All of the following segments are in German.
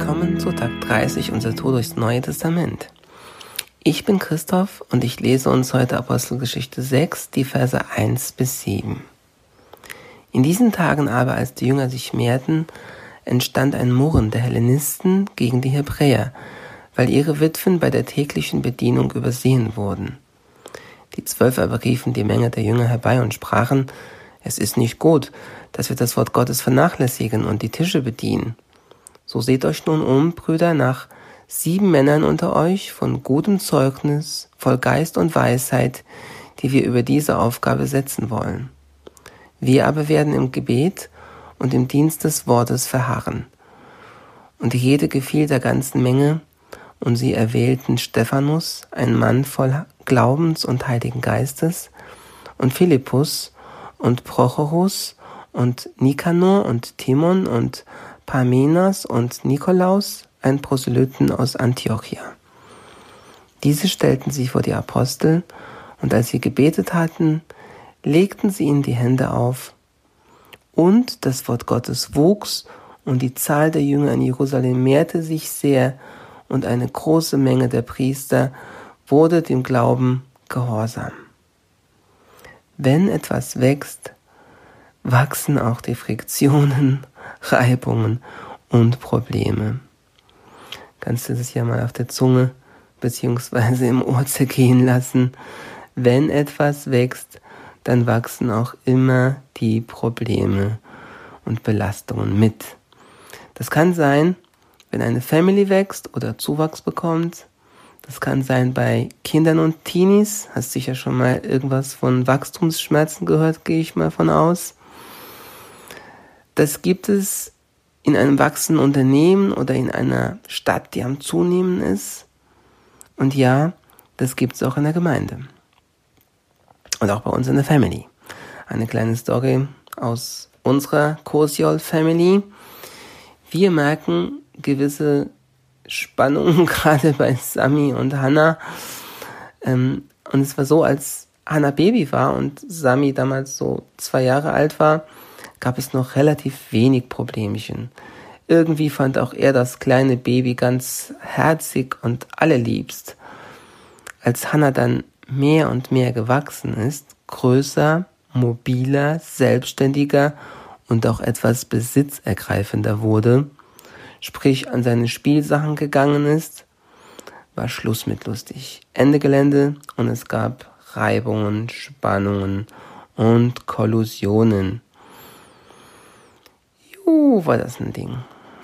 willkommen zu Tag 30 unserer Tour durchs Neue Testament. Ich bin Christoph und ich lese uns heute Apostelgeschichte 6, die Verse 1 bis 7. In diesen Tagen aber, als die Jünger sich mehrten, entstand ein Murren der Hellenisten gegen die Hebräer, weil ihre Witwen bei der täglichen Bedienung übersehen wurden. Die 12 aber riefen die Menge der Jünger herbei und sprachen: Es ist nicht gut, dass wir das Wort Gottes vernachlässigen und die Tische bedienen. So seht euch nun um, Brüder, nach 7 Männern unter euch von gutem Zeugnis, voll Geist und Weisheit, die wir über diese Aufgabe setzen wollen. Wir aber werden im Gebet und im Dienst des Wortes verharren. Und die Rede gefiel der ganzen Menge, und sie erwählten Stephanus, ein Mann voll Glaubens und Heiligen Geistes, und Philippus und Prochorus und Nikanor und Timon und Parmenas und Nikolaus, ein Proselyten aus Antiochia. Diese stellten sich vor die Apostel, und als sie gebetet hatten, legten sie ihnen die Hände auf. Und das Wort Gottes wuchs, und die Zahl der Jünger in Jerusalem mehrte sich sehr, und eine große Menge der Priester wurde dem Glauben gehorsam. Wenn etwas wächst, wachsen auch die Friktionen, Reibungen und Probleme. Kannst du das ja mal auf der Zunge bzw. im Ohr zergehen lassen. Wenn etwas wächst, dann wachsen auch immer die Probleme und Belastungen mit. Das kann sein, wenn eine Family wächst oder Zuwachs bekommt. Das kann sein bei Kindern und Teenies. Hast sicher schon mal irgendwas von Wachstumsschmerzen gehört, gehe ich mal von aus. Das gibt es in einem wachsenden Unternehmen oder in einer Stadt, die am Zunehmen ist. Und ja, das gibt es auch in der Gemeinde. Und auch bei uns in der Family. Eine kleine Story aus unserer Kosiol Family. Wir merken gewisse Spannungen, gerade bei Sami und Hannah. Und es war so, als Hannah Baby war und Sami damals so 2 Jahre alt war, gab es noch relativ wenig Problemchen. Irgendwie fand auch er das kleine Baby ganz herzig und allerliebst. Als Hannah dann mehr und mehr gewachsen ist, größer, mobiler, selbstständiger und auch etwas besitzergreifender wurde, sprich an seine Spielsachen gegangen ist, war Schluss mit lustig. Ende Gelände, und es gab Reibungen, Spannungen und Kollusionen. War das ein Ding.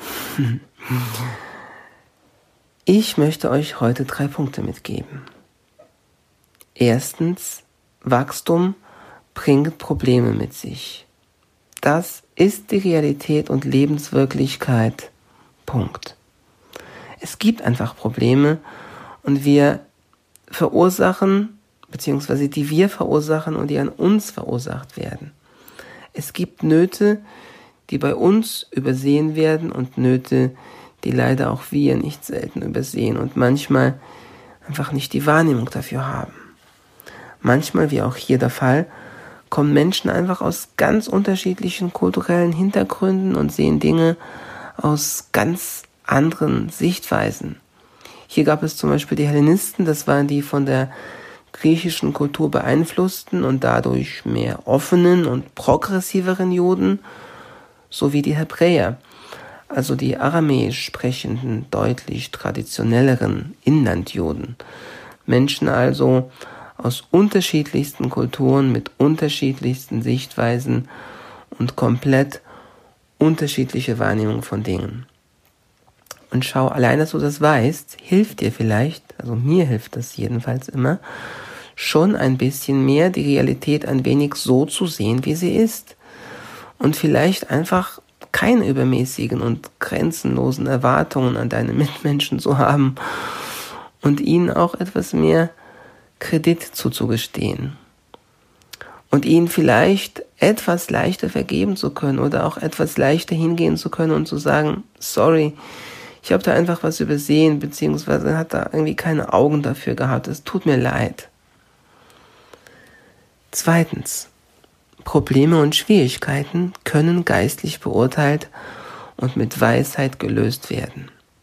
Ich möchte euch heute 3 Punkte mitgeben. Erstens, Wachstum bringt Probleme mit sich. Das ist die Realität und Lebenswirklichkeit. Punkt. Es gibt einfach Probleme, und wir verursachen, beziehungsweise die wir verursachen und die an uns verursacht werden. Es gibt Nöte, die bei uns übersehen werden, und Nöte, die leider auch wir nicht selten übersehen und manchmal einfach nicht die Wahrnehmung dafür haben. Manchmal, wie auch hier der Fall, kommen Menschen einfach aus ganz unterschiedlichen kulturellen Hintergründen und sehen Dinge aus ganz anderen Sichtweisen. Hier gab es zum Beispiel die Hellenisten, das waren die von der griechischen Kultur beeinflussten und dadurch mehr offenen und progressiveren Juden, sowie die Hebräer, also die aramäisch sprechenden, deutlich traditionelleren Inlandjuden. Menschen also aus unterschiedlichsten Kulturen mit unterschiedlichsten Sichtweisen und komplett unterschiedliche Wahrnehmung von Dingen. Und schau, allein, dass du das weißt, hilft dir vielleicht, also mir hilft das jedenfalls immer, schon ein bisschen mehr die Realität ein wenig so zu sehen, wie sie ist. Und vielleicht einfach keine übermäßigen und grenzenlosen Erwartungen an deine Mitmenschen zu haben und ihnen auch etwas mehr Kredit zuzugestehen. Und ihnen vielleicht etwas leichter vergeben zu können oder auch etwas leichter hingehen zu können und zu sagen, sorry, ich habe da einfach was übersehen, beziehungsweise hat da irgendwie keine Augen dafür gehabt, es tut mir leid. Zweitens, Probleme und Schwierigkeiten können geistlich beurteilt und mit Weisheit gelöst werden.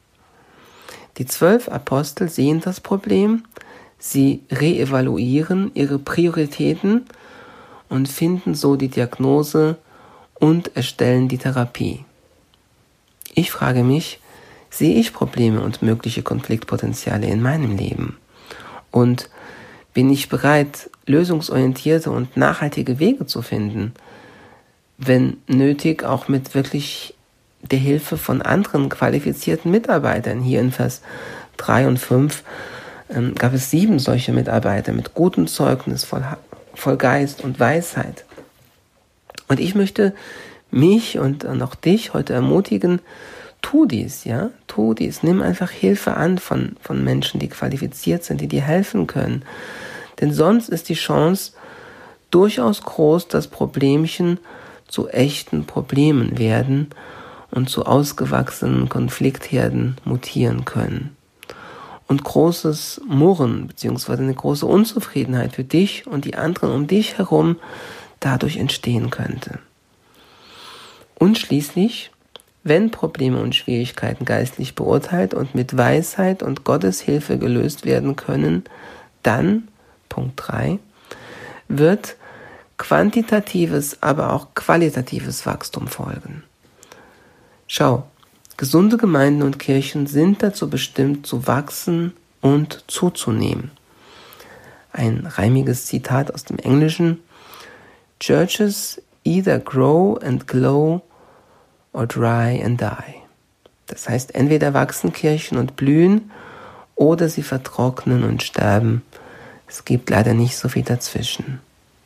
Die 12 Apostel sehen das Problem, sie reevaluieren ihre Prioritäten und finden so die Diagnose und erstellen die Therapie. Ich frage mich, sehe ich Probleme und mögliche Konfliktpotenziale in meinem Leben? Und bin ich bereit, lösungsorientierte und nachhaltige Wege zu finden? Wenn nötig, auch mit wirklich der Hilfe von anderen qualifizierten Mitarbeitern. Hier in Vers 3 und 5 gab es 7 solche Mitarbeiter mit gutem Zeugnis, voll Geist und Weisheit. Und ich möchte mich und auch dich heute ermutigen, tu dies, ja, tu dies. Nimm einfach Hilfe an von Menschen, die qualifiziert sind, die dir helfen können. Denn sonst ist die Chance durchaus groß, dass Problemchen zu echten Problemen werden und zu ausgewachsenen Konfliktherden mutieren können. Und großes Murren bzw. eine große Unzufriedenheit für dich und die anderen um dich herum dadurch entstehen könnte. Und schließlich, wenn Probleme und Schwierigkeiten geistlich beurteilt und mit Weisheit und Gottes Hilfe gelöst werden können, dann, Punkt 3, wird quantitatives, aber auch qualitatives Wachstum folgen. Schau, gesunde Gemeinden und Kirchen sind dazu bestimmt, zu wachsen und zuzunehmen. Ein reimiges Zitat aus dem Englischen: Churches either grow and glow or dry and die. Das heißt, entweder wachsen Kirchen und blühen oder sie vertrocknen und sterben. Es gibt leider nicht so viel dazwischen.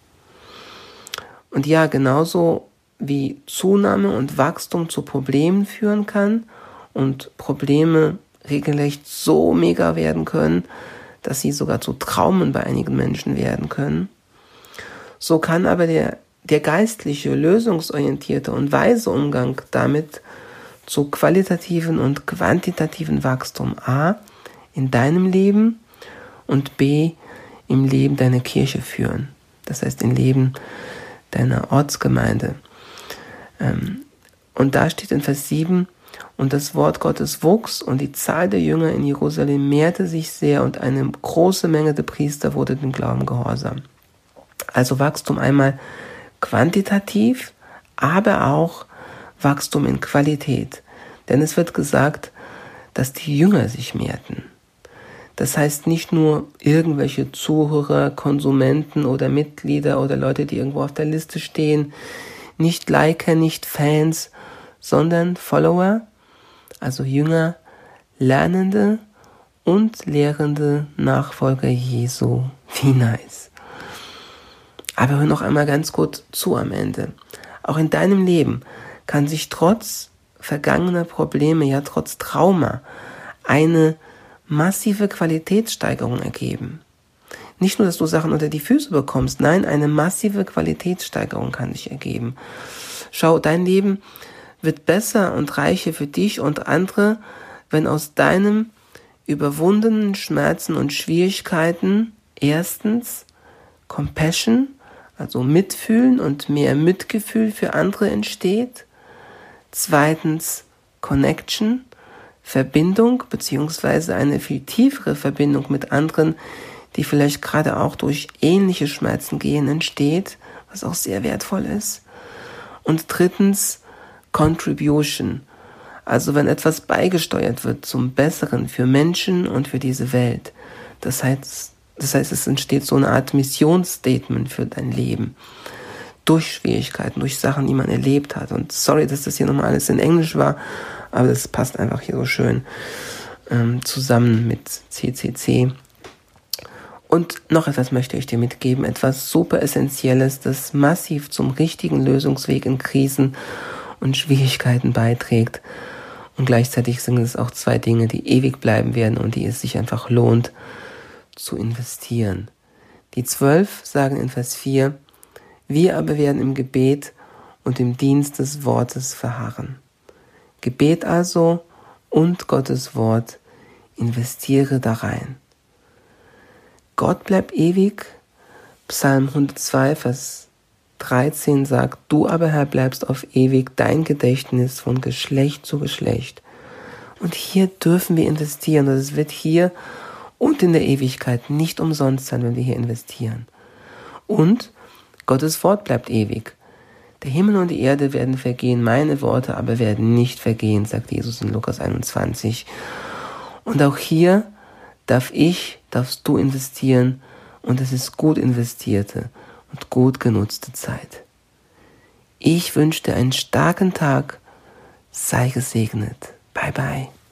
Und ja, genauso wie Zunahme und Wachstum zu Problemen führen kann und Probleme regelrecht so mega werden können, dass sie sogar zu Traumen bei einigen Menschen werden können, so kann aber der geistliche, lösungsorientierte und weise Umgang damit zu qualitativen und quantitativen Wachstum A in deinem Leben und B im Leben deiner Kirche führen. Das heißt, im Leben deiner Ortsgemeinde. Und da steht in Vers 7, und das Wort Gottes wuchs und die Zahl der Jünger in Jerusalem mehrte sich sehr und eine große Menge der Priester wurde dem Glauben gehorsam. Also Wachstum einmal quantitativ, aber auch Wachstum in Qualität. Denn es wird gesagt, dass die Jünger sich mehrten. Das heißt nicht nur irgendwelche Zuhörer, Konsumenten oder Mitglieder oder Leute, die irgendwo auf der Liste stehen, nicht Liker, nicht Fans, sondern Follower, also Jünger, Lernende und lehrende Nachfolger Jesu. Wie nice. Aber hör noch einmal ganz kurz zu am Ende. Auch in deinem Leben kann sich trotz vergangener Probleme, ja trotz Trauma, eine massive Qualitätssteigerung ergeben. Nicht nur, dass du Sachen unter die Füße bekommst, nein, eine massive Qualitätssteigerung kann sich ergeben. Schau, dein Leben wird besser und reicher für dich und andere, wenn aus deinem überwundenen Schmerzen und Schwierigkeiten erstens Compassion, also Mitfühlen und mehr Mitgefühl für andere entsteht. Zweitens Connection, Verbindung beziehungsweise eine viel tiefere Verbindung mit anderen, die vielleicht gerade auch durch ähnliche Schmerzen gehen, entsteht, was auch sehr wertvoll ist. Und drittens Contribution, also wenn etwas beigesteuert wird zum Besseren für Menschen und für diese Welt. Das heißt, es entsteht so eine Art Missionsstatement für dein Leben. Durch Schwierigkeiten, durch Sachen, die man erlebt hat. Und sorry, dass das hier nochmal alles in Englisch war, aber das passt einfach hier so schön zusammen mit CCC. Und noch etwas möchte ich dir mitgeben, etwas super Essentielles, das massiv zum richtigen Lösungsweg in Krisen und Schwierigkeiten beiträgt. Und gleichzeitig sind es auch 2 Dinge, die ewig bleiben werden und die es sich einfach lohnt zu investieren. Die 12 sagen in Vers 4, wir aber werden im Gebet und im Dienst des Wortes verharren. Gebet also und Gottes Wort, investiere da rein. Gott bleibt ewig. Psalm 102, Vers 13 sagt, du aber, Herr, bleibst auf ewig, dein Gedächtnis von Geschlecht zu Geschlecht. Und hier dürfen wir investieren. Das wird hier und in der Ewigkeit nicht umsonst sein, wenn wir hier investieren. Und Gottes Wort bleibt ewig. Der Himmel und die Erde werden vergehen, meine Worte aber werden nicht vergehen, sagt Jesus in Lukas 21. Und auch hier darfst du investieren, und es ist gut investierte und gut genutzte Zeit. Ich wünsche dir einen starken Tag. Sei gesegnet. Bye bye.